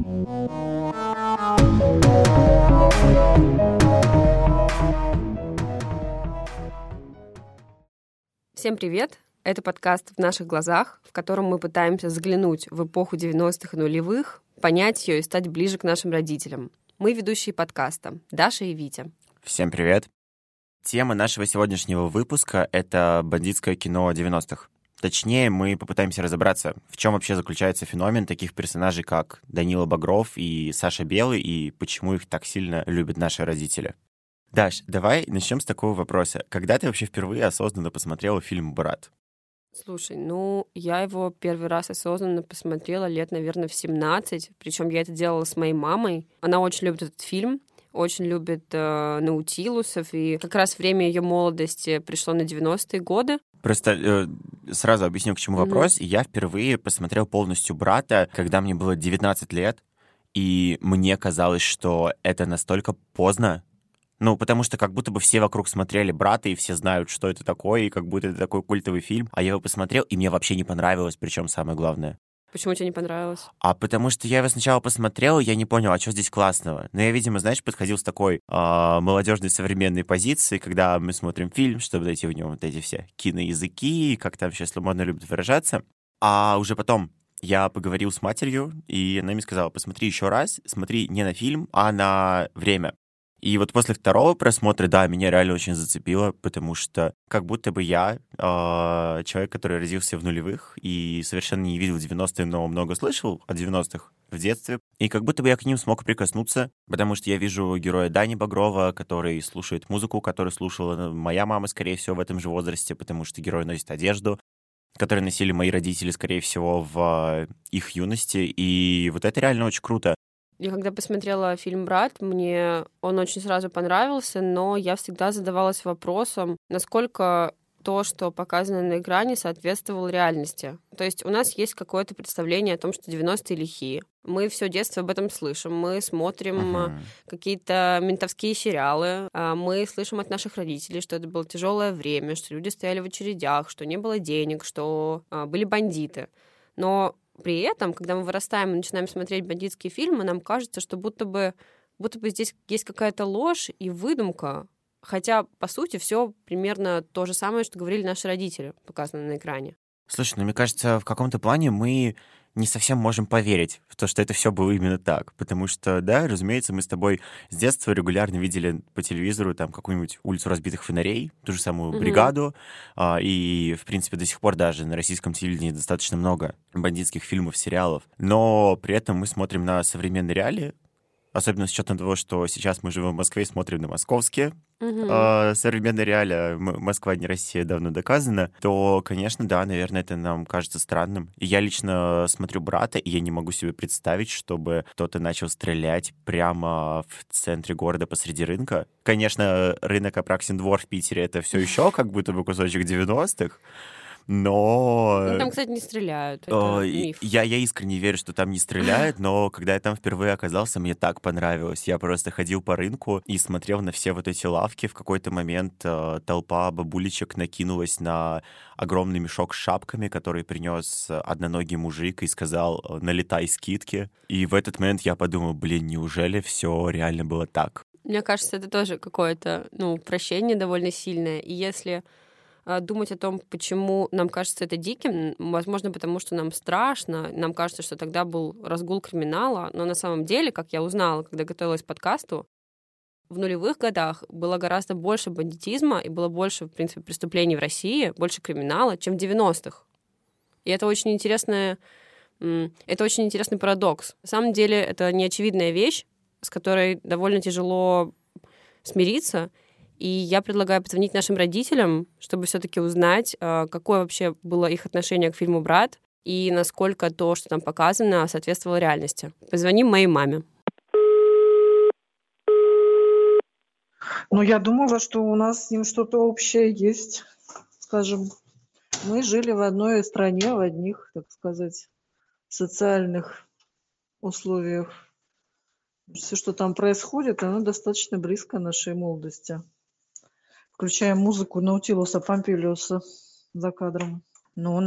Всем привет! Это подкаст «В наших глазах», в котором мы пытаемся заглянуть в эпоху 90-х и нулевых, понять ее и стать ближе к нашим родителям. Мы ведущие подкаста Даша и Витя. Всем привет! Тема нашего сегодняшнего выпуска — это бандитское кино 90-х. Точнее, мы попытаемся разобраться, в чем вообще заключается феномен таких персонажей, как Данила Багров и Саша Белый, и почему их так сильно любят наши родители. Даш, давай начнем с такого вопроса. Когда ты вообще впервые осознанно посмотрела фильм «Брат»? Слушай, я его первый раз осознанно посмотрела лет, наверное, в 17. Причем я это делала с моей мамой. Она очень любит этот фильм, очень любит Наутилусов. И как раз время ее молодости пришло на 90-е годы. Просто сразу объясню, к чему вопрос. Я впервые посмотрел полностью «Брата», когда мне было 19 лет. И мне казалось, что это настолько поздно. Потому что как будто бы все вокруг смотрели «Брата», и все знают, что это такое, и как будто это такой культовый фильм. А я его посмотрел, и мне вообще не понравилось, причем самое главное. Почему тебе не понравилось? Потому что я его сначала посмотрел, и я не понял, а что здесь классного. Но я, видимо, подходил с такой молодежной современной позиции, когда мы смотрим фильм, чтобы найти в нем вот эти все киноязыки, как там сейчас модно любят выражаться. А уже потом я поговорил с матерью, и она мне сказала: посмотри еще раз, смотри не на фильм, а на время. И вот после второго просмотра, да, меня реально очень зацепило, потому что как будто бы я человек, который родился в нулевых и совершенно не видел 90-е, но много слышал о 90-х в детстве. И как будто бы я к ним смог прикоснуться, потому что я вижу героя Дани Багрова, который слушает музыку, которую слушала моя мама, скорее всего, в этом же возрасте, потому что герой носит одежду, которые носили мои родители, скорее всего, в их юности. И вот это реально очень круто. Я когда посмотрела фильм «Брат», мне он очень сразу понравился, но я всегда задавалась вопросом, насколько то, что показано на экране, соответствовало реальности. То есть у нас есть какое-то представление о том, что 90-е лихие. Мы все детство об этом слышим. Мы смотрим какие-то ментовские сериалы. Мы слышим от наших родителей, что это было тяжелое время, что люди стояли в очередях, что не было денег, что были бандиты. Но при этом, когда мы вырастаем и начинаем смотреть бандитские фильмы, нам кажется, что будто бы здесь есть какая-то ложь и выдумка. Хотя, по сути, все примерно то же самое, что говорили наши родители, показано на экране. Слушай, мне кажется, в каком-то плане мы не совсем можем поверить в то, что это все было именно так. Потому что, да, разумеется, мы с тобой с детства регулярно видели по телевизору там какую-нибудь «Улицу разбитых фонарей», ту же самую «Бригаду». И, в принципе, до сих пор даже на российском телевидении достаточно много бандитских фильмов, сериалов. Но при этом мы смотрим на современные реалии, особенно с учетом того, что сейчас мы живем в Москве и смотрим на московские современные реалии, Москва не Россия, давно доказано, то, конечно, да, наверное, это нам кажется странным. И я лично смотрю «Брата», и я не могу себе представить, чтобы кто-то начал стрелять прямо в центре города посреди рынка. Конечно, рынок Апраксин-Двор в Питере — это все еще как будто бы кусочек 90-х, но... Там, кстати, не стреляют. Это миф. Я искренне верю, что там не стреляют, но когда я там впервые оказался, мне так понравилось. Я просто ходил по рынку и смотрел на все вот эти лавки. В какой-то момент толпа бабулечек накинулась на огромный мешок с шапками, который принес одноногий мужик и сказал: «Налетай, скидки». И в этот момент я подумал: неужели все реально было так? Мне кажется, это тоже какое-то, упрощение довольно сильное. И если думать о том, почему нам кажется это диким, возможно, потому что нам страшно, нам кажется, что тогда был разгул криминала, но на самом деле, как я узнала, когда готовилась к подкасту, в нулевых годах было гораздо больше бандитизма и было больше, в принципе, преступлений в России, больше криминала, чем в 90-х. И это очень интересный парадокс. На самом деле это неочевидная вещь, с которой довольно тяжело смириться. И я предлагаю позвонить нашим родителям, чтобы все-таки узнать, какое вообще было их отношение к фильму «Брат» и насколько то, что там показано, соответствовало реальности. Позвоним моей маме. Я думала, что у нас с ним что-то общее есть. Скажем, мы жили в одной стране, в одних, так сказать, социальных условиях. Все, что там происходит, оно достаточно близко нашей молодости. Включая музыку Наутилуса Помпилиуса за кадром. Ну,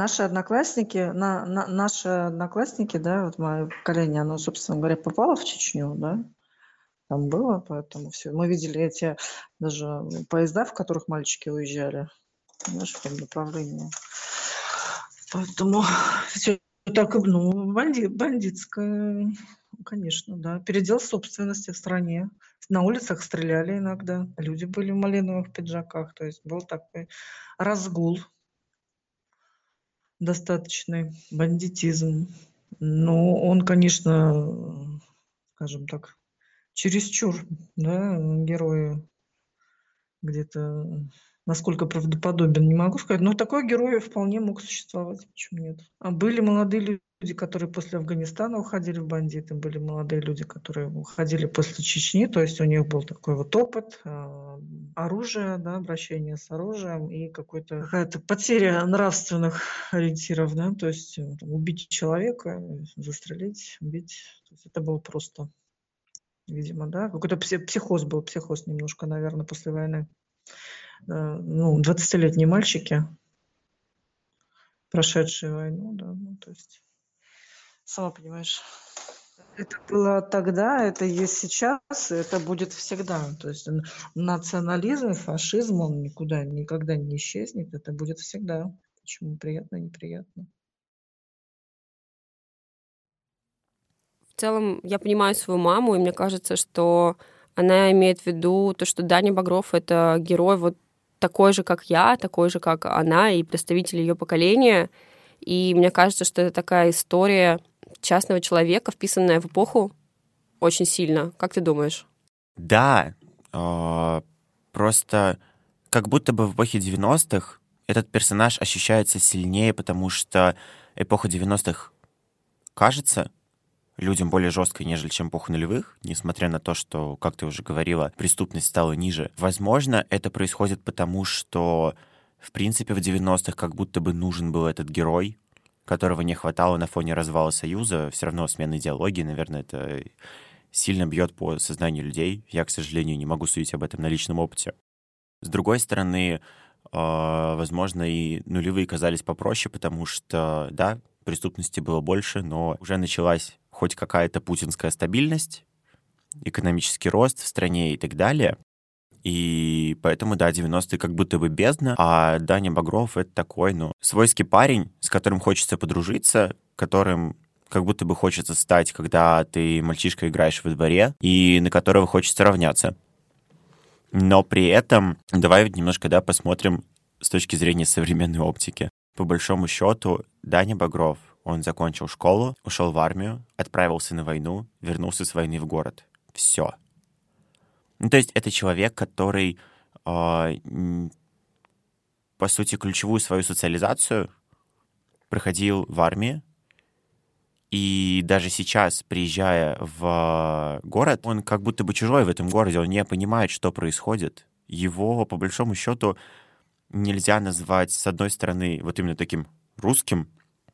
наши одноклассники, да, вот мое поколение, оно, собственно говоря, попало в Чечню, да, там было, поэтому все. Мы видели эти даже поезда, в которых мальчики уезжали, знаешь, в том направлении. Поэтому все так, ну, бандитское, конечно, да. Передел собственности в стране. На улицах стреляли иногда. Люди были в малиновых пиджаках. То есть был такой разгул достаточный, бандитизм. Но он, конечно, скажем так, чересчур, да, герои где-то насколько правдоподобен, не могу сказать, но такой герой вполне мог существовать, почему нет. А были молодые люди, которые после Афганистана уходили в бандиты, были молодые люди, которые уходили после Чечни, то есть у них был такой вот опыт оружия, да, обращение с оружием и какая-то потеря нравственных ориентиров, да, то есть там, убить человека, застрелить, убить, то есть это было просто, видимо, да, какой-то психоз немножко, наверное, после войны. Ну, 20-летние мальчики, прошедшие войну, да, ну, то есть, сама понимаешь, это было тогда, это есть сейчас, и это будет всегда. То есть национализм, фашизм, он никогда не исчезнет, это будет всегда. Почему приятно, неприятно. В целом, я понимаю свою маму, и мне кажется, что она имеет в виду то, что Даня Багров — это герой вот такой же, как я, такой же, как она, и представитель ее поколения. И мне кажется, что это такая история частного человека, вписанная в эпоху очень сильно. Как ты думаешь? Да, просто как будто бы в эпохе 90-х этот персонаж ощущается сильнее, потому что эпоха 90-х кажется людям более жесткой, нежели чем эпоха нулевых, несмотря на то, что, как ты уже говорила, преступность стала ниже. Возможно, это происходит потому, что, в принципе, в 90-х как будто бы нужен был этот герой, которого не хватало на фоне развала Союза. Все равно смена идеологии, наверное, это сильно бьет по сознанию людей. Я, к сожалению, не могу судить об этом на личном опыте. С другой стороны, возможно, и нулевые казались попроще, потому что, да, преступности было больше, но уже началась хоть какая-то путинская стабильность, экономический рост в стране и так далее. И поэтому, да, 90-е как будто бы бездна, а Даня Багров — это такой, ну, свойский парень, с которым хочется подружиться, которым как будто бы хочется стать, когда ты мальчишка играешь во дворе, и на которого хочется равняться. Но при этом давай немножко, да, посмотрим с точки зрения современной оптики. По большому счету, Даня Багров, он закончил школу, ушел в армию, отправился на войну, вернулся с войны в город. Все. Ну, то есть это человек, который, по сути, ключевую свою социализацию проходил в армии, и даже сейчас, приезжая в город, он как будто бы чужой в этом городе, он не понимает, что происходит. Его, по большому счету, нельзя назвать, с одной стороны, вот именно таким русским,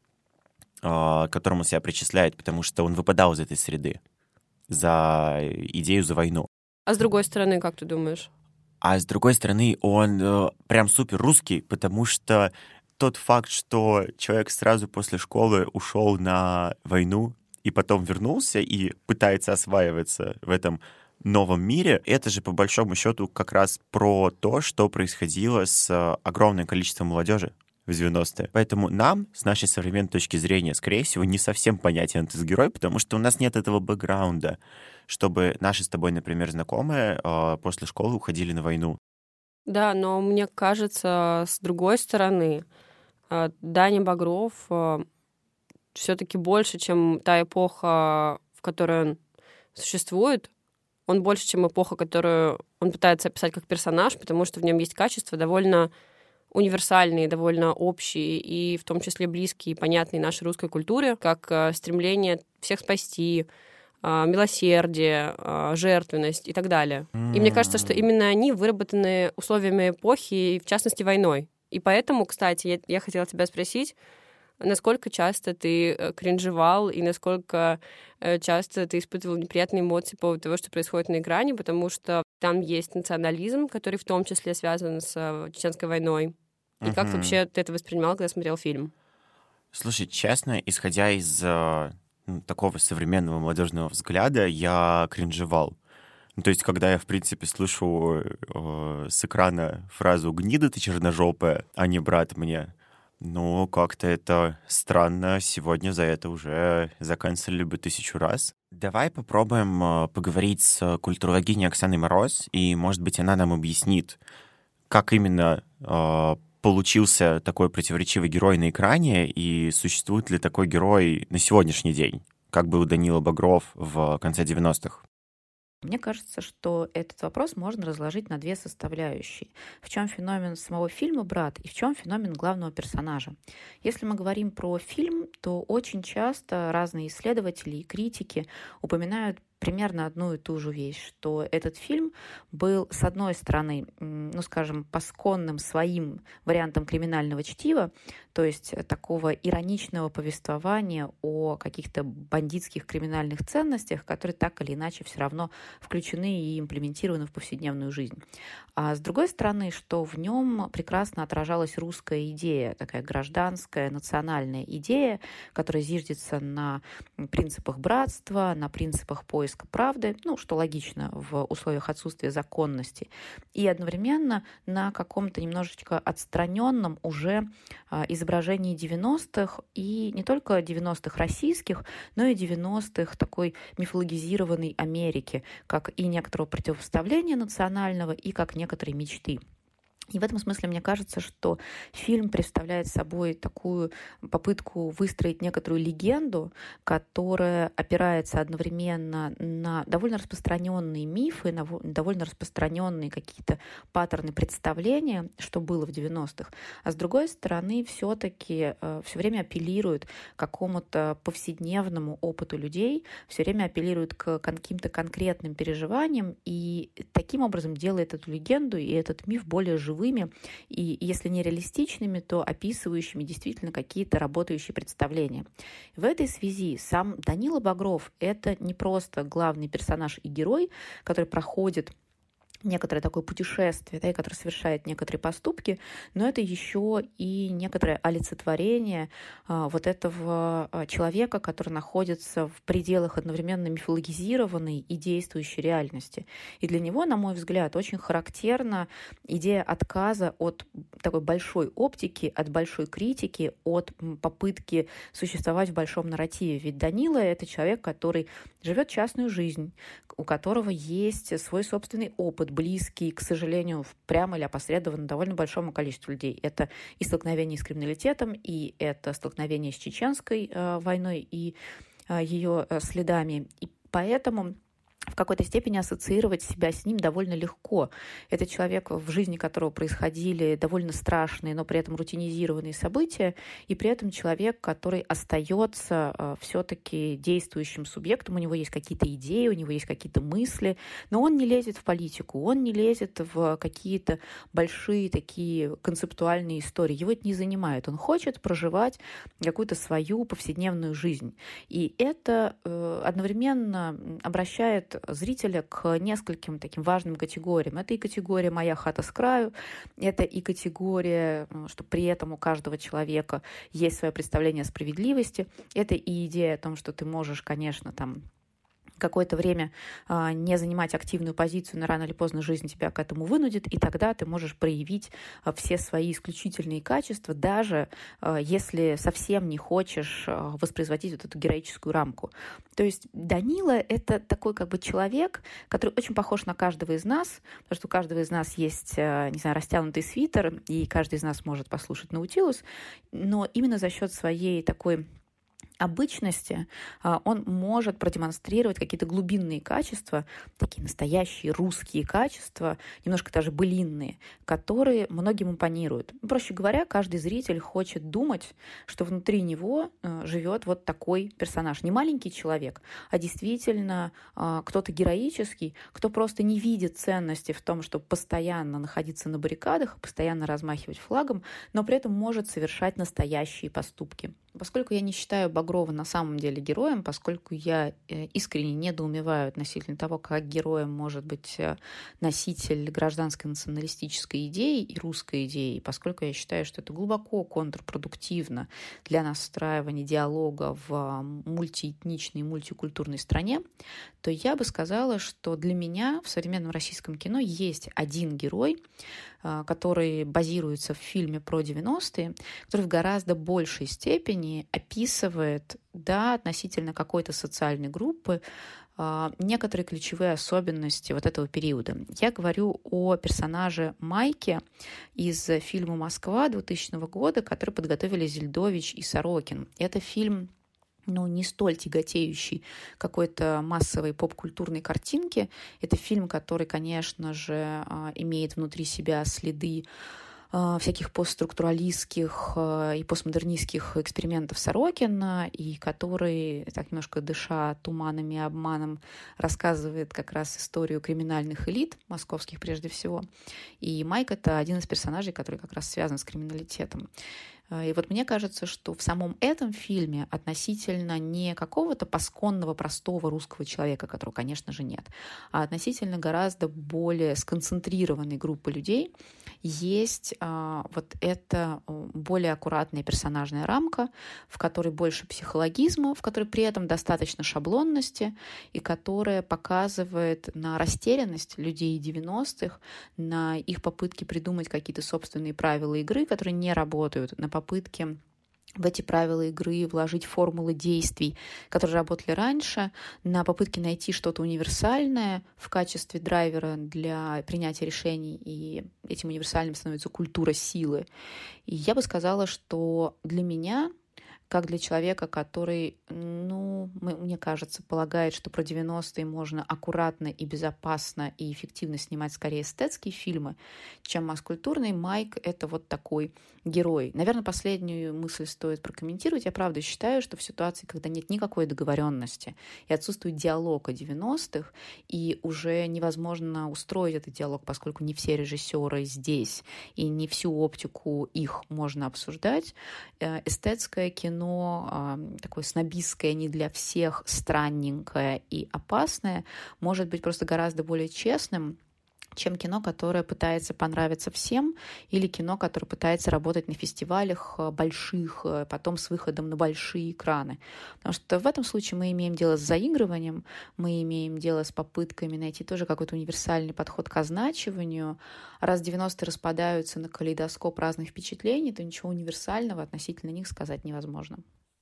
к которому себя причисляет, потому что он выпадал из этой среды за идею, за войну. А с другой стороны, как ты думаешь? А с другой стороны, он прям супер русский, потому что тот факт, что человек сразу после школы ушел на войну и потом вернулся и пытается осваиваться в этом новом мире, это же по большому счету как раз про то, что происходило с огромным количеством молодежи в 90-е. Поэтому нам, с нашей современной точки зрения, скорее всего, не совсем понятен этот герой, потому что у нас нет этого бэкграунда, чтобы наши с тобой, например, знакомые после школы уходили на войну. Да, но мне кажется, с другой стороны, Даня Багров все-таки больше, чем та эпоха, в которой он существует. Он больше, чем эпоха, которую он пытается описать как персонаж, потому что в нем есть качества довольно универсальные, довольно общие, и в том числе близкие и понятные нашей русской культуре, как стремление всех спасти, милосердие, жертвенность и так далее. И мне кажется, что именно они выработаны условиями эпохи, и в частности, войной. И поэтому, кстати, я хотела тебя спросить, насколько часто ты кринжевал и насколько часто ты испытывал неприятные эмоции по поводу того, что происходит на экране, потому что там есть национализм, который в том числе связан с Чеченской войной. И как вообще ты это воспринимал, когда смотрел фильм? Слушай, честно, исходя из такого современного молодежного взгляда, я кринжевал. Ну, то есть, когда я, в принципе, слышу с экрана фразу «гнида ты черножопая», а не «брат мне», ну, как-то это странно. Сегодня за это уже заканцелили бы 1000 раз. Давай попробуем поговорить с культурологиней Оксаной Мороз, и, может быть, она нам объяснит, как именно получился такой противоречивый герой на экране, и существует ли такой герой на сегодняшний день, как был Данила Багров в конце 90-х. Мне кажется, что этот вопрос можно разложить на две составляющие. В чем феномен самого фильма «Брат» и в чем феномен главного персонажа. Если мы говорим про фильм, то очень часто разные исследователи и критики упоминают примерно одну и ту же вещь, что этот фильм был, с одной стороны, ну, скажем, пасконным своим вариантом криминального чтива, то есть такого ироничного повествования о каких-то бандитских криминальных ценностях, которые так или иначе все равно включены и имплементированы в повседневную жизнь. А с другой стороны, что в нем прекрасно отражалась русская идея, такая гражданская, национальная идея, которая зиждется на принципах братства, на принципах поиска правды, ну, что логично в условиях отсутствия законности, и одновременно на каком-то немножечко отстраненном уже изображении 90-х, и не только 90-х российских, но и 90-х такой мифологизированной Америки, как и некоторого противопоставления национального, и как некоторые мечты. И в этом смысле мне кажется, что фильм представляет собой такую попытку выстроить некоторую легенду, которая опирается одновременно на довольно распространенные мифы, на довольно распространенные какие-то паттерны представления, что было в 90-х, а с другой стороны все-таки все время апеллирует к какому-то повседневному опыту людей, все время апеллирует к каким-то конкретным переживаниям и таким образом делает эту легенду и этот миф более живыми и, если не реалистичными, то описывающими действительно какие-то работающие представления. В этой связи сам Данила Багров — это не просто главный персонаж и герой, который проходит некоторое такое путешествие, да, и который совершает некоторые поступки, но это еще и некоторое олицетворение вот этого человека, который находится в пределах одновременно мифологизированной и действующей реальности. И для него, на мой взгляд, очень характерна идея отказа от такой большой оптики, от большой критики, от попытки существовать в большом нарративе. Ведь Данила — это человек, который живет частную жизнь, у которого есть свой собственный опыт, близкий, к сожалению, прямо или опосредованно довольно большому количеству людей. Это и столкновение с криминалитетом, и это столкновение с чеченской войной и ее следами. И поэтому в какой-то степени ассоциировать себя с ним довольно легко. Это человек, в жизни которого происходили довольно страшные, но при этом рутинизированные события, и при этом человек, который остается все-таки действующим субъектом, у него есть какие-то идеи, у него есть какие-то мысли, но он не лезет в политику, он не лезет в какие-то большие такие концептуальные истории. Его это не занимает. Он хочет проживать какую-то свою повседневную жизнь. И это одновременно обращает зрителя к нескольким таким важным категориям. Это и категория «Моя хата с краю», это и категория, что при этом у каждого человека есть свое представление о справедливости, это и идея о том, что ты можешь, конечно, там какое-то время не занимать активную позицию, но рано или поздно жизнь тебя к этому вынудит, и тогда ты можешь проявить все свои исключительные качества, даже если совсем не хочешь воспроизводить вот эту героическую рамку. То есть Данила — это такой как бы человек, который очень похож на каждого из нас, потому что у каждого из нас есть, не знаю, растянутый свитер, и каждый из нас может послушать Наутилус, но именно за счет своей такой обычности он может продемонстрировать какие-то глубинные качества, такие настоящие русские качества, немножко даже былинные, которые многим импонируют. Проще говоря, каждый зритель хочет думать, что внутри него живет вот такой персонаж. Не маленький человек, а действительно кто-то героический, кто просто не видит ценности в том, чтобы постоянно находиться на баррикадах, постоянно размахивать флагом, но при этом может совершать настоящие поступки. Поскольку я не считаю Багрова на самом деле героем, поскольку я искренне недоумеваю относительно того, как героем может быть носитель гражданской националистической идеи и русской идеи, поскольку я считаю, что это глубоко контрпродуктивно для настраивания диалога в мультиэтничной и мультикультурной стране, то я бы сказала, что для меня в современном российском кино есть один герой, который базируется в фильме про 90-е, который в гораздо большей степени описывает, да, относительно какой-то социальной группы, некоторые ключевые особенности вот этого периода. Я говорю о персонаже Майки из фильма «Москва» 2000 года, который подготовили Зельдович и Сорокин. Это фильм не столь тяготеющий какой-то массовой поп-культурной картинки. Это фильм, который, конечно же, имеет внутри себя следы всяких постструктуралистских и постмодернистских экспериментов Сорокина, и который, так немножко дыша туманом и обманом, рассказывает как раз историю криминальных элит, московских прежде всего. И Майк — это один из персонажей, который как раз связан с криминалитетом. И вот мне кажется, что в самом этом фильме относительно не какого-то пасконного, простого русского человека, которого, конечно же, нет, а относительно гораздо более сконцентрированной группы людей есть вот эта более аккуратная персонажная рамка, в которой больше психологизма, в которой при этом достаточно шаблонности, и которая показывает на растерянность людей 90-х, на их попытки придумать какие-то собственные правила игры, которые не работают, на попытки в эти правила игры вложить формулы действий, которые работали раньше, на попытки найти что-то универсальное в качестве драйвера для принятия решений, и этим универсальным становится культура силы. И я бы сказала, что для меня, как для человека, который, мне кажется, полагает, что про 90-е можно аккуратно и безопасно и эффективно снимать скорее эстетские фильмы, чем масс-культурный, Майк — это вот такой герой. Наверное, последнюю мысль стоит прокомментировать. Я правда считаю, что в ситуации, когда нет никакой договоренности и отсутствует диалог о 90-х, и уже невозможно устроить этот диалог, поскольку не все режиссеры здесь, и не всю оптику их можно обсуждать, эстетское кино, такое снобистское, не для всех, странненькое и опасное, может быть просто гораздо более честным, чем кино, которое пытается понравиться всем, или кино, которое пытается работать на фестивалях больших, потом с выходом на большие экраны. Потому что в этом случае мы имеем дело с заигрыванием, мы имеем дело с попытками найти тоже какой-то универсальный подход к означиванию. Раз 90-е распадаются на калейдоскоп разных впечатлений, то ничего универсального относительно них сказать невозможно.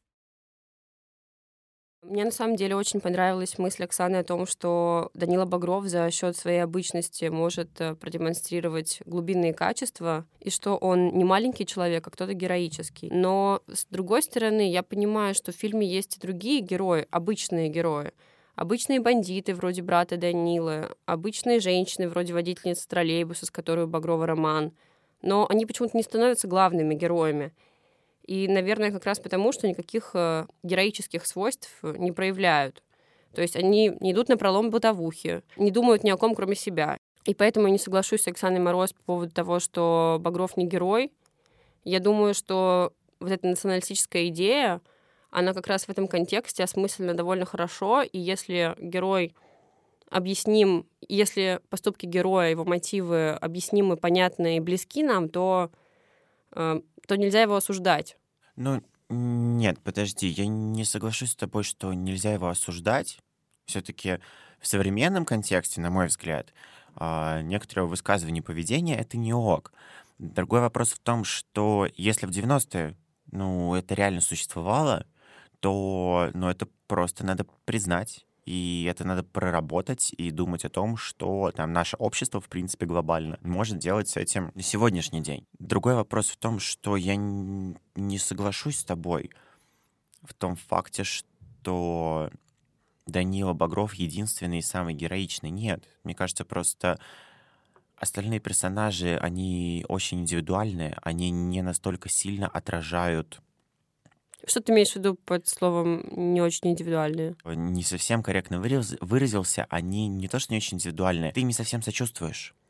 Мне на самом деле очень понравилась мысль Оксаны о том, что Данила Багров за счет своей обычности может продемонстрировать глубинные качества, и что он не маленький человек, а кто-то героический. Но, с другой стороны, я понимаю, что в фильме есть и другие герои, обычные герои. Обычные бандиты, вроде брата Данилы, обычные женщины, вроде водительницы троллейбуса, с которой у Багрова роман. Но они почему-то не становятся главными героями. И, наверное, как раз потому, что никаких героических свойств не проявляют. То есть они не идут напролом бытовухи, не думают ни о ком, кроме себя. И поэтому я не соглашусь с Оксаной Мороз по поводу того, что Багров не герой. Я думаю, что вот эта националистическая идея, она как раз в этом контексте осмыслена довольно хорошо. И если герой объясним, если поступки героя, его мотивы объяснимы, понятны и близки нам, то нельзя его осуждать. Нет, подожди, я не соглашусь с тобой, что нельзя его осуждать. Все-таки в современном контексте, на мой взгляд, некоторые высказывания поведения — это не ок. Другой вопрос в том, что если в 90-е, это реально существовало, то, это просто надо признать. И это надо проработать и думать о том, что там наше общество, в принципе, глобально может делать с этим на сегодняшний день. Другой вопрос в том, что я не соглашусь с тобой в том факте, что Данила Багров единственный и самый героичный. Нет, мне кажется, просто остальные персонажи, они очень индивидуальные, они не настолько сильно отражают. Что ты имеешь в виду под словом «не очень индивидуальные»? Не совсем корректно выразился. Они не то, что не очень индивидуальные. Ты им не совсем сочувствуешь.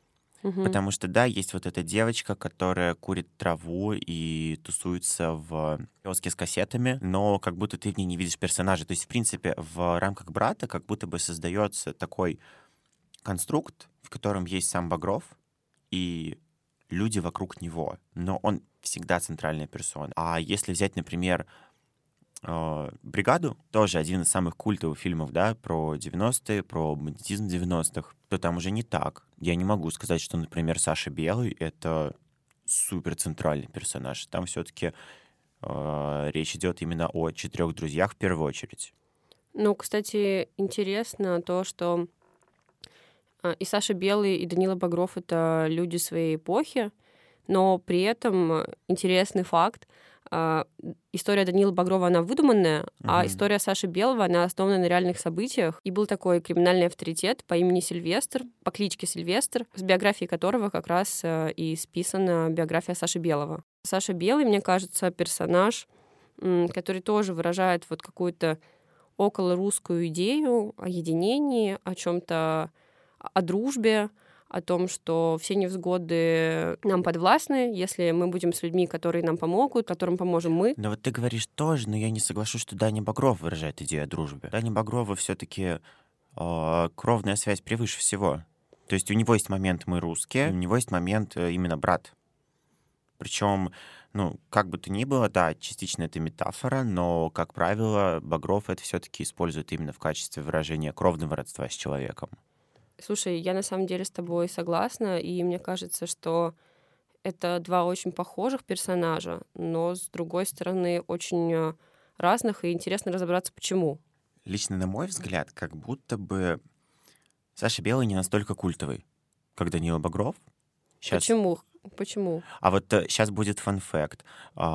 Потому что, да, есть вот эта девочка, которая курит траву и тусуется в киоске с кассетами, но как будто ты в ней не видишь персонажа. То есть, в принципе, в рамках «Брата» как будто бы создается такой конструкт, в котором есть сам Багров и люди вокруг него. Но он всегда центральная персона. А если взять, например, «Бригаду», тоже один из самых культовых фильмов, да, про 90-е, про бандитизм 90-х, то там уже не так. Я не могу сказать, что, например, Саша Белый — это супер центральный персонаж. Там все-таки речь идет именно о 4 друзьях в первую очередь. Ну, кстати, интересно то, что и Саша Белый, и Данила Багров — это люди своей эпохи, но при этом интересный факт. История Данила Багрова, она выдуманная, а история Саши Белого, она основана на реальных событиях. И был такой криминальный авторитет по имени Сильвестр, по кличке Сильвестр, с биографией которого как раз и списана биография Саши Белого. Саша Белый, мне кажется, персонаж, который тоже выражает вот какую-то околорусскую идею о единении, о чем-то, о дружбе, о том, что все невзгоды нам подвластны, если мы будем с людьми, которые нам помогут, которым поможем мы. Но вот ты говоришь тоже, но я не соглашусь, что Даня Багров выражает идею о дружбе. Даня Багрова все-таки кровная связь превыше всего. То есть у него есть момент «мы русские», у него есть момент именно «брат». Причем, ну, как бы то ни было, да, частично это метафора, но, как правило, Багров это все-таки использует именно в качестве выражения кровного родства с человеком. Слушай, я на самом деле с тобой согласна, и мне кажется, что это два очень похожих персонажа, но, с другой стороны, очень разных, и интересно разобраться, почему. Лично, на мой взгляд, как будто бы Саша Белый не настолько культовый, как Данила Багров. Почему? А вот сейчас будет фан-факт.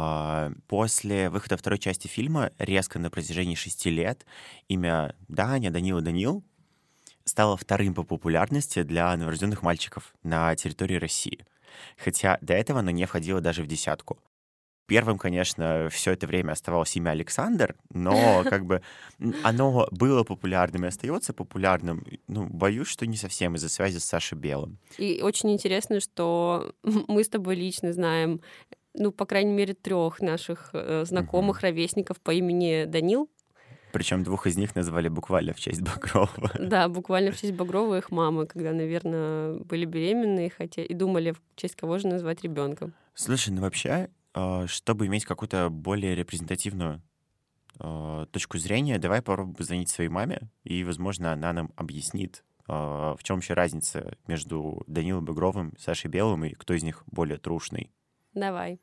После выхода второй части фильма резко на протяжении 6 лет имя Данил стало вторым по популярности для новорожденных мальчиков на территории России. Хотя до этого оно не входило даже в 10. Первым, конечно, все это время оставалось имя Александр, но как бы оно было популярным и остается популярным. Ну, боюсь, что не совсем из-за связи с Сашей Белым. И очень интересно, что мы с тобой лично знаем, ну, по крайней мере, 3 наших знакомых, ровесников по имени Данил. Причем 2 из них назвали буквально в честь Багрова. Да, буквально в честь Багрова и их мамы, когда, наверное, были беременны и думали, в честь кого же назвать ребенка. Слушай, ну вообще, чтобы иметь какую-то более репрезентативную точку зрения, давай попробуем позвонить своей маме, и, возможно, она нам объяснит, в чем вообще разница между Данилом Багровым, Сашей Белым, и кто из них более трушный. Давай.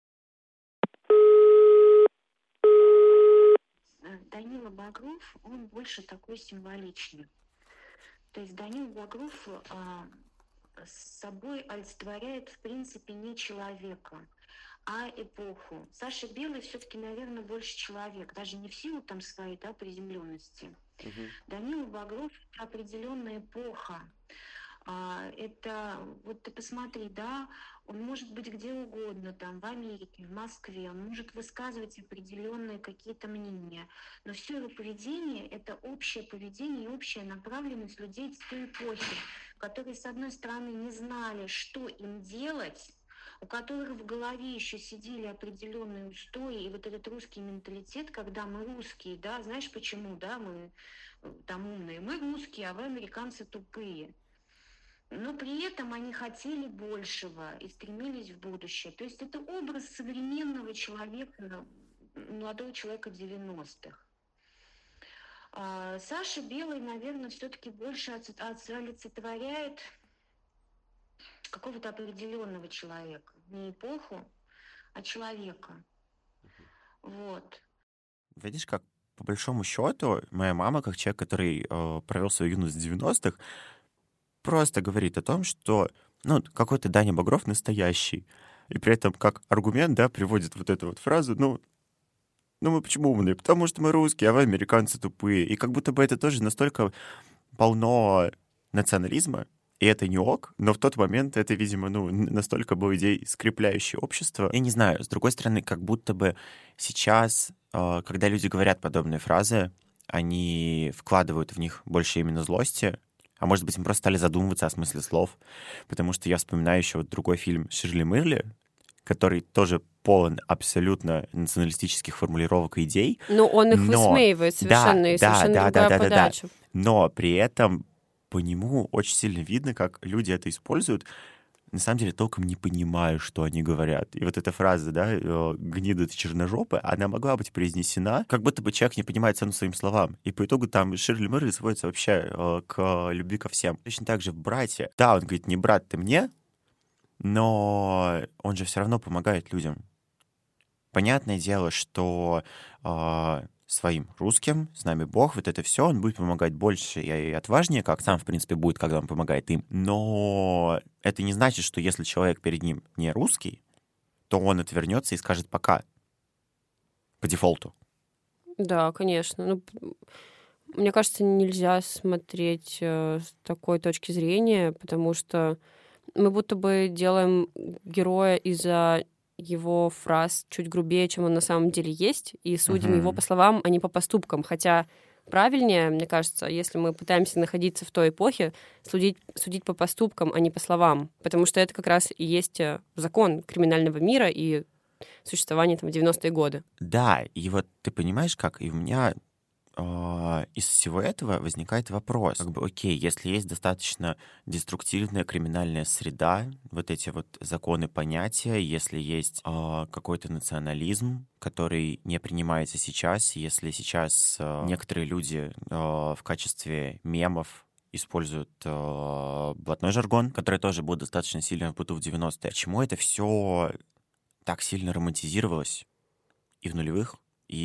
Данила Багров, он больше такой символичный. То есть Данила Багров с собой олицетворяет, в принципе, не человека, а эпоху. Саша Белый все-таки, наверное, больше человек, даже не в силу там своей, да, приземленности. Данила Багров — это определенная эпоха. Это, вот ты посмотри, да, он может быть где угодно, там, в Америке, в Москве, он может высказывать определенные какие-то мнения, но все его поведение — это общее поведение и общая направленность людей с той эпохи, которые, с одной стороны, не знали, что им делать, у которых в голове еще сидели определенные устои, и вот этот русский менталитет, когда мы русские, да, знаешь почему, да, мы там умные, мы русские, а вы американцы тупые. Но при этом они хотели большего и стремились в будущее. То есть это образ современного человека, молодого человека 90-х. Саша Белый, наверное, все-таки больше олицетворяет какого-то определенного человека. Не эпоху, а человека. Вот. Видишь, как по большому счету моя мама, как человек, который провел свою юность в 90-х, просто говорит о том, что какой-то Даня Багров настоящий. И при этом как аргумент, да, приводит вот эту вот фразу, мы почему умные? Потому что мы русские, а вы американцы тупые. И как будто бы это тоже настолько полно национализма, и это не ок, но в тот момент это, видимо, настолько был идей, скрепляющей общество. Я не знаю, с другой стороны, как будто бы сейчас, когда люди говорят подобные фразы, они вкладывают в них больше именно злости, А может быть, мы просто стали задумываться о смысле слов, потому что я вспоминаю еще вот другой фильм «Ширли Мырли», который тоже полон абсолютно националистических формулировок и идей. Но он их Но высмеивает совершенно, и совершенно другая подача. Но при этом по нему очень сильно видно, как люди это используют, на самом деле толком не понимаю, что они говорят. И вот эта фраза, да, «гнида ты черножопая», она могла быть произнесена, как будто бы человек не понимает цену своим словам. И по итогу там Ширли Мырли сводится вообще к любви ко всем. Точно так же в «Брате». Да, он говорит, не брат ты мне, но он же все равно помогает людям. Понятное дело, что своим русским, с нами Бог, вот это все, он будет помогать больше и отважнее, как сам, в принципе, будет, когда он помогает им. Но это не значит, что если человек перед ним не русский, то он отвернется и скажет «пока» по дефолту. Да, конечно. Ну, мне кажется, нельзя смотреть с такой точки зрения, потому что мы будто бы делаем героя из-за его фраз чуть грубее, чем он на самом деле есть, и судим его по словам, а не по поступкам. Хотя правильнее, мне кажется, если мы пытаемся находиться в той эпохе, судить по поступкам, а не по словам. Потому что это как раз и есть закон криминального мира и существования там в 90-е годы. Да, и вот ты понимаешь, как и у меня из всего этого возникает вопрос. Как бы, окей, если есть достаточно деструктивная криминальная среда, вот эти вот законы, понятия, если есть какой-то национализм, который не принимается сейчас, если сейчас некоторые люди в качестве мемов используют блатной жаргон, который тоже был достаточно сильно в быту в 90-е. Почему это все так сильно романтизировалось и в нулевых,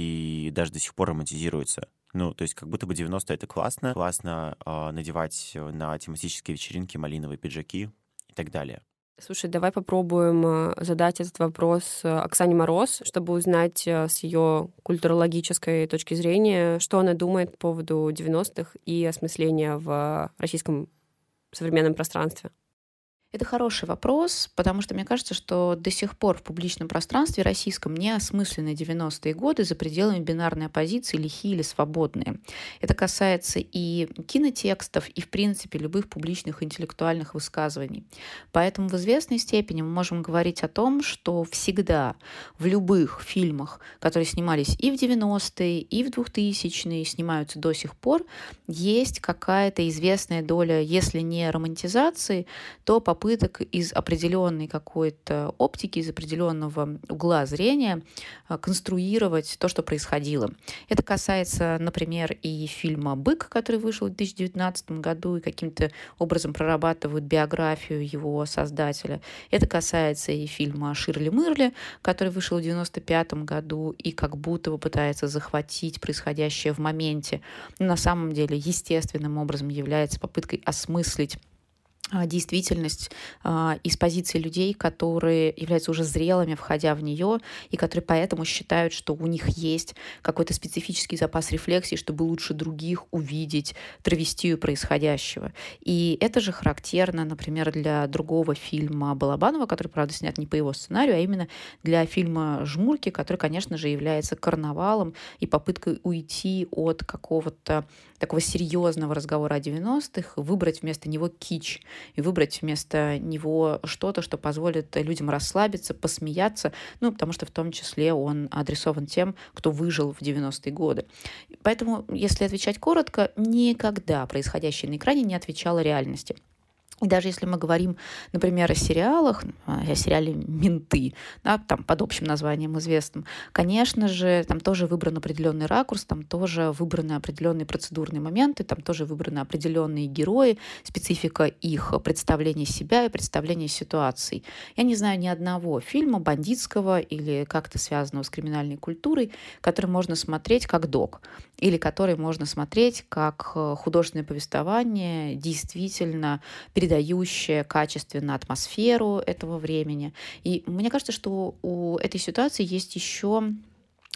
и даже до сих пор романтизируется? Ну, то есть как будто бы 90-е — это классно. Классно надевать на тематические вечеринки малиновые пиджаки и так далее. Слушай, давай попробуем задать этот вопрос Оксане Мороз, чтобы узнать с ее культурологической точки зрения, что она думает по поводу 90-х и осмысления в российском современном пространстве. Это хороший вопрос, потому что мне кажется, что до сих пор в публичном пространстве российском не осмыслены 90-е годы за пределами бинарной оппозиции, лихие или свободные. Это касается и кинотекстов, и, в принципе, любых публичных интеллектуальных высказываний. Поэтому в известной степени мы можем говорить о том, что всегда в любых фильмах, которые снимались и в 90-е, и в 2000-е, снимаются до сих пор, есть какая-то известная доля, если не романтизации, то попыток из определенной какой-то оптики, из определенного угла зрения конструировать то, что происходило. Это касается, например, и фильма «Бык», который вышел в 2019 году и каким-то образом прорабатывает биографию его создателя. Это касается и фильма «Ширли Мырли», который вышел в 1995 году и как будто бы пытается захватить происходящее в моменте. Но на самом деле естественным образом является попыткой осмыслить действительность из позиции людей, которые являются уже зрелыми, входя в нее, и которые поэтому считают, что у них есть какой-то специфический запас рефлексии, чтобы лучше других увидеть травестию происходящего. И это же характерно, например, для другого фильма Балабанова, который, правда, снят не по его сценарию, а именно для фильма «Жмурки», который, конечно же, является карнавалом и попыткой уйти от какого-то такого серьезного разговора о 90-х, выбрать вместо него кич и выбрать вместо него что-то, что позволит людям расслабиться, посмеяться, ну, потому что в том числе он адресован тем, кто выжил в 90-е годы. Поэтому, если отвечать коротко, никогда происходящее на экране не отвечало реальности. И даже если мы говорим, например, о сериалах, о сериале «Менты», да, там под общим названием известным, конечно же, там тоже выбран определенный ракурс, там тоже выбраны определенные процедурные моменты, там тоже выбраны определенные герои, специфика их представления себя и представления ситуаций. Я не знаю ни одного фильма бандитского или как-то связанного с криминальной культурой, который можно смотреть как док, или который можно смотреть как художественное повествование, действительно передающее качественно атмосферу этого времени. И мне кажется, что у этой ситуации есть еще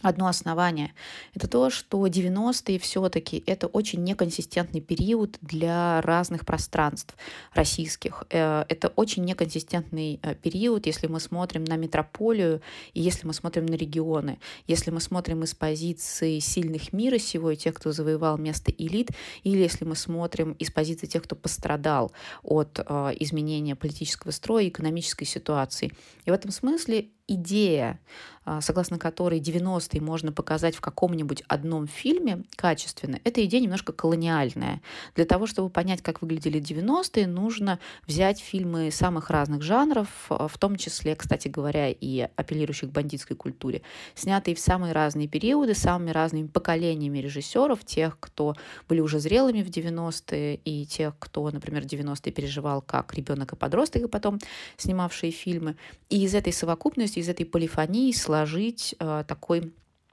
одно основание. Это то, что 90-е все-таки это очень неконсистентный период для разных пространств российских. Это очень неконсистентный период, если мы смотрим на метрополию и если мы смотрим на регионы. Если мы смотрим из позиции сильных мира сего и тех, кто завоевал место элит, или если мы смотрим из позиции тех, кто пострадал от изменения политического строя и экономической ситуации. И в этом смысле идея, согласно которой 90-е можно показать в каком-нибудь одном фильме качественно, эта идея немножко колониальная. Для того, чтобы понять, как выглядели 90-е, нужно взять фильмы самых разных жанров, в том числе, кстати говоря, и апеллирующих к бандитской культуре, снятые в самые разные периоды, самыми разными поколениями режиссеров, тех, кто были уже зрелыми в 90-е, и тех, кто, например, 90-е переживал как ребенок и подросток, и потом снимавшие фильмы. И из этой совокупности, из этой полифонии сложить такой,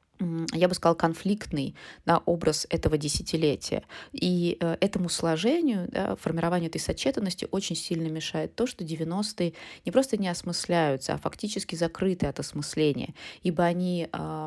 я бы сказала, конфликтный, да, образ этого десятилетия. И этому сложению, да, формированию этой сочетанности очень сильно мешает то, что 90-е не просто не осмысляются, а фактически закрыты от осмысления, ибо они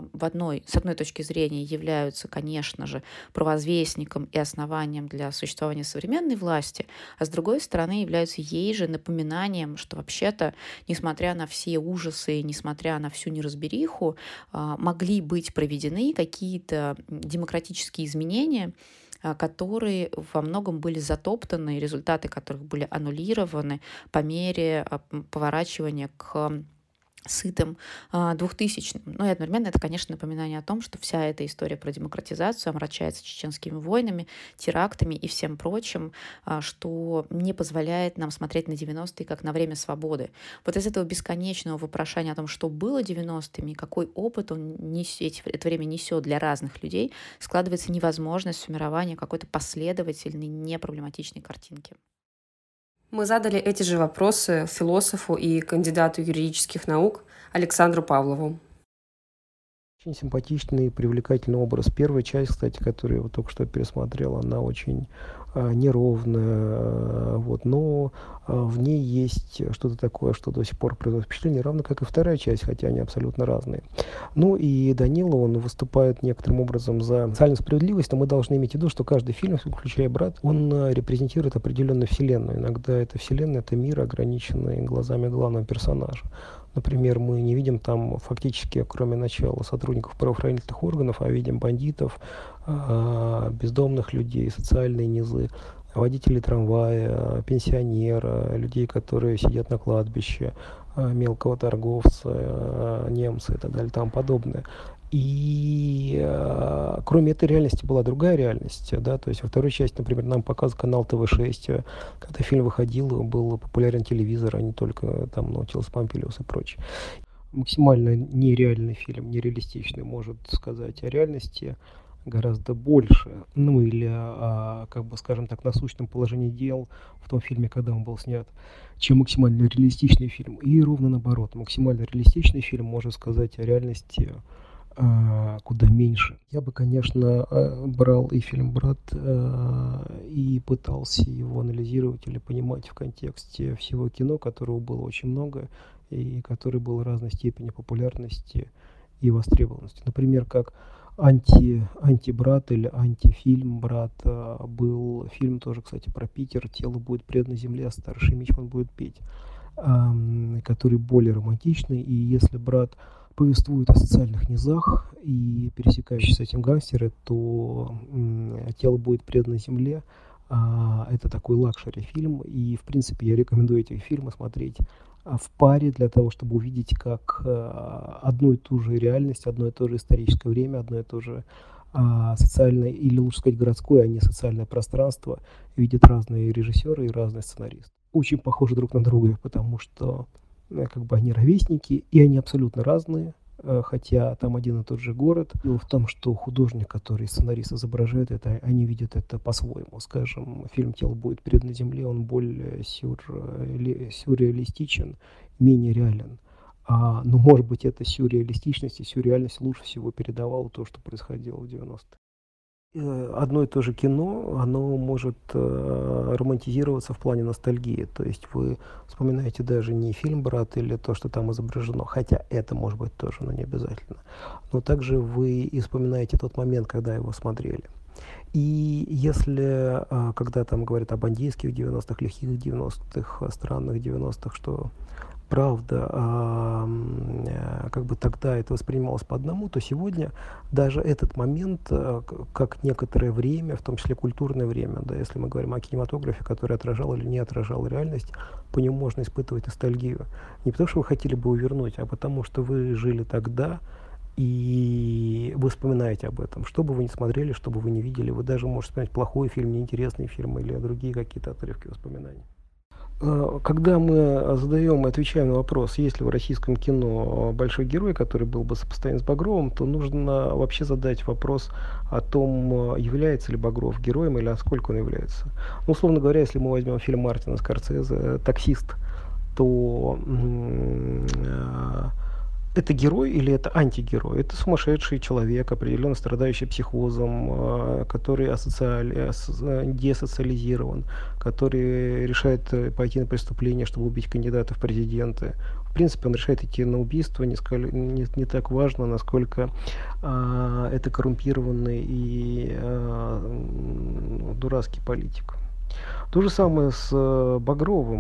с одной точки зрения являются, конечно же, провозвестником и основанием для существования современной власти, а с другой стороны являются ей же напоминанием, что вообще-то, несмотря на все ужасы, несмотря на всю неразбериху, могли быть проведены какие-то демократические изменения, которые во многом были затоптаны, результаты которых были аннулированы по мере поворачивания к сытым 2000-м. Ну и одновременно это, конечно, напоминание о том, что вся эта история про демократизацию омрачается чеченскими войнами, терактами и всем прочим, что не позволяет нам смотреть на 90-е как на время свободы. Вот из этого бесконечного вопрошания о том, что было 90-ми, какой опыт это время несет для разных людей, складывается невозможность сформирования какой-то последовательной, непроблематичной картинки. Мы задали эти же вопросы философу и кандидату юридических наук Александру Павлову. Очень симпатичный и привлекательный образ. Первая часть, кстати, которую я вот только что пересмотрел, она очень неровная, но в ней есть что-то такое, что до сих пор производит впечатление, равно как и вторая часть, хотя они абсолютно разные. Ну и Данила, он выступает некоторым образом за социальную справедливость, но мы должны иметь в виду, что каждый фильм, включая «Брат», он репрезентирует определенную вселенную. Иногда эта вселенная — это мир, ограниченный глазами главного персонажа. Например, мы не видим там фактически, кроме начала, сотрудников правоохранительных органов, а видим бандитов, бездомных людей, социальные низы, водителей трамвая, пенсионера, людей, которые сидят на кладбище, мелкого торговца, немцы и так далее, там подобное. И кроме этой реальности была другая реальность, да, то есть во второй части, например, нам показывает канал ТВ-6, когда фильм выходил, был популярен телевизор, а не только там Наутилус Помпилиус и прочее. Максимально нереальный фильм, нереалистичный, может сказать о реальности гораздо больше, ну или, скажем так, насущном положении дел в том фильме, когда он был снят, чем максимально реалистичный фильм. И ровно наоборот, максимально реалистичный фильм может сказать о реальности куда меньше. Я бы, конечно, брал и фильм «Брат» и пытался его анализировать или понимать в контексте всего кино, которого было очень много и который был разной степени популярности и востребованности. Например, как антибрат или антифильм «Брат» был фильм тоже, кстати, про Питер «Тело будет предано земле, а старший Мичман будет петь», который более романтичный. И если «Брат» повествует о социальных низах и пересекающиеся с этим гангстеры, то «Тело будет предано земле» это такой лакшери-фильм. И, в принципе, я рекомендую эти фильмы смотреть в паре для того, чтобы увидеть, как одну и ту же реальность, одно и то же историческое время, одно и то же социальное, или лучше сказать городское, а не социальное пространство видят разные режиссеры и разные сценаристы. Очень похожи друг на друга, потому что они ровесники, и они абсолютно разные, хотя там один и тот же город. Дело в том, что художник, который сценарист изображает это, они видят это по-своему. Скажем, фильм «Тело будет предано земле», он более сюрреалистичен, менее реален. Но, может быть, эта сюрреалистичность и сюрреальность лучше всего передавала то, что происходило в 90-е. одно и то же кино, оно может романтизироваться в плане ностальгии. То есть вы вспоминаете даже не фильм «Брат» или то, что там изображено, хотя это может быть тоже, но не обязательно. Но также вы и вспоминаете тот момент, когда его смотрели. И если, когда там говорят о бандитских 90-х, лихих 90-х, странных 90-х, что правда, как бы тогда это воспринималось по одному, то сегодня даже этот момент, как некоторое время, в том числе культурное время, да, если мы говорим о кинематографе, который отражал или не отражал реальность, по нему можно испытывать ностальгию. Не потому, что вы хотели бы увернуть, а потому, что вы жили тогда, и вы вспоминаете об этом. Что бы вы ни смотрели, что бы вы ни видели, вы даже можете вспомнить плохой фильм, неинтересный фильм или другие какие-то отрывки воспоминаний. Когда мы задаем и отвечаем на вопрос, есть ли в российском кино большой герой, который был бы сопоставим с Багровым, то нужно вообще задать вопрос о том, является ли Багров героем или насколько он является. Ну, условно говоря, если мы возьмем фильм Мартина Скорсезе «Таксист», то это герой или это антигерой? Это сумасшедший человек, определенно страдающий психозом, который десоциализирован, который решает пойти на преступление, чтобы убить кандидата в президенты. В принципе, он решает идти на убийство, не так важно, насколько это коррумпированный и дурацкий политик. То же самое с Багровым.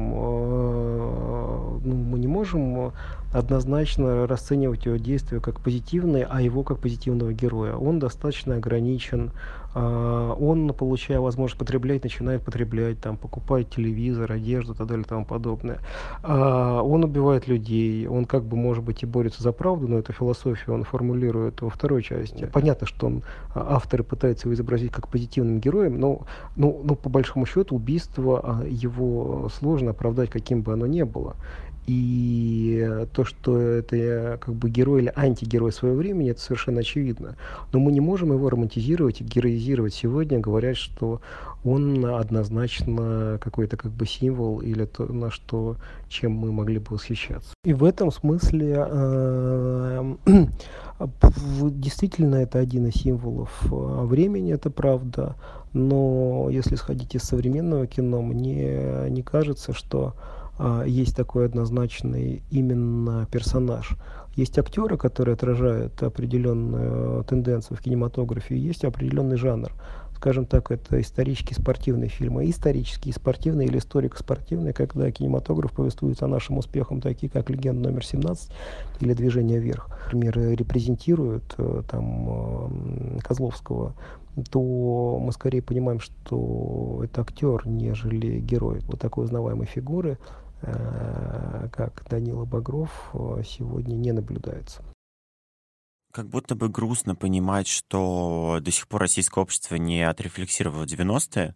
Мы не можем однозначно расценивать его действия как позитивные, а его как позитивного героя. Он достаточно ограничен. Он, получая возможность потреблять, начинает потреблять, там, покупает телевизор, одежду и так далее и тому подобное. Он убивает людей, он как бы, может быть, и борется за правду, но эту философию он формулирует во второй части. Понятно, что авторы пытаются его изобразить как позитивным героем, но по большому счету убийство его сложно оправдать, каким бы оно ни было. И то, что это как бы герой или антигерой своего времени, это совершенно очевидно. Но мы не можем его романтизировать и героизировать сегодня, говорят, что он однозначно какой-то как бы символ или то, на что, чем мы могли бы восхищаться. И в этом смысле действительно это один из символов времени, это правда. Но если сходить из современного кино, мне не кажется, что есть такой однозначный именно персонаж. Есть актеры, которые отражают определенную тенденцию в кинематографе, и есть определенный жанр. Скажем так, это исторические спортивные фильмы. Исторические, спортивные или историко-спортивные, когда кинематограф повествует о нашем успехах, такие как «Легенда номер 17» или «Движение вверх». Например, репрезентируют там Козловского, то мы скорее понимаем, что это актер, нежели герой. Вот такой узнаваемой фигуры, как Данила Багров, сегодня не наблюдается. Как будто бы грустно понимать, что до сих пор российское общество не отрефлексировало 90-е,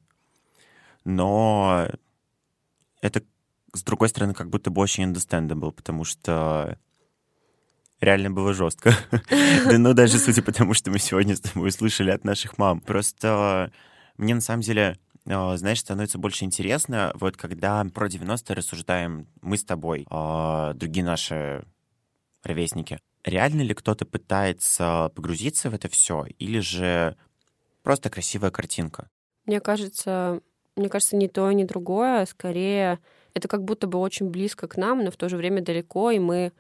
но это, с другой стороны, как будто бы очень understandable, потому что реально было жестко. Ну, даже судя по тому, что мы сегодня с тобой услышали от наших мам. Просто мне, на самом деле, знаешь, становится больше интересно, вот когда про 90-е рассуждаем мы с тобой, другие наши ровесники. Реально ли кто-то пытается погрузиться в это все, или же просто красивая картинка? Мне кажется, ни то, ни другое. Скорее, это как будто бы очень близко к нам, но в то же время далеко, и мы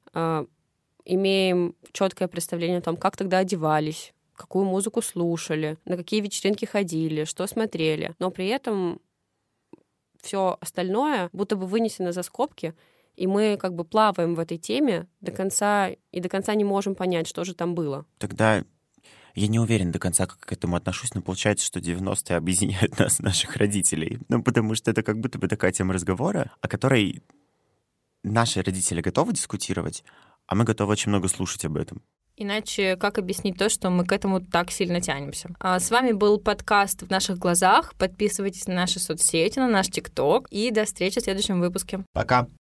имеем четкое представление о том, как тогда одевались, какую музыку слушали, на какие вечеринки ходили, что смотрели. Но при этом все остальное будто бы вынесено за скобки, и мы как бы плаваем в этой теме до конца не можем понять, что же там было. Тогда я не уверен до конца, как к этому отношусь, но получается, что 90-е объединяют нас, наших родителей. Ну, потому что это как будто бы такая тема разговора, о которой наши родители готовы дискутировать, а мы готовы очень много слушать об этом. Иначе как объяснить то, что мы к этому так сильно тянемся? С вами был подкаст «В наших глазах». Подписывайтесь на наши соцсети, на наш ТикТок. И до встречи в следующем выпуске. Пока!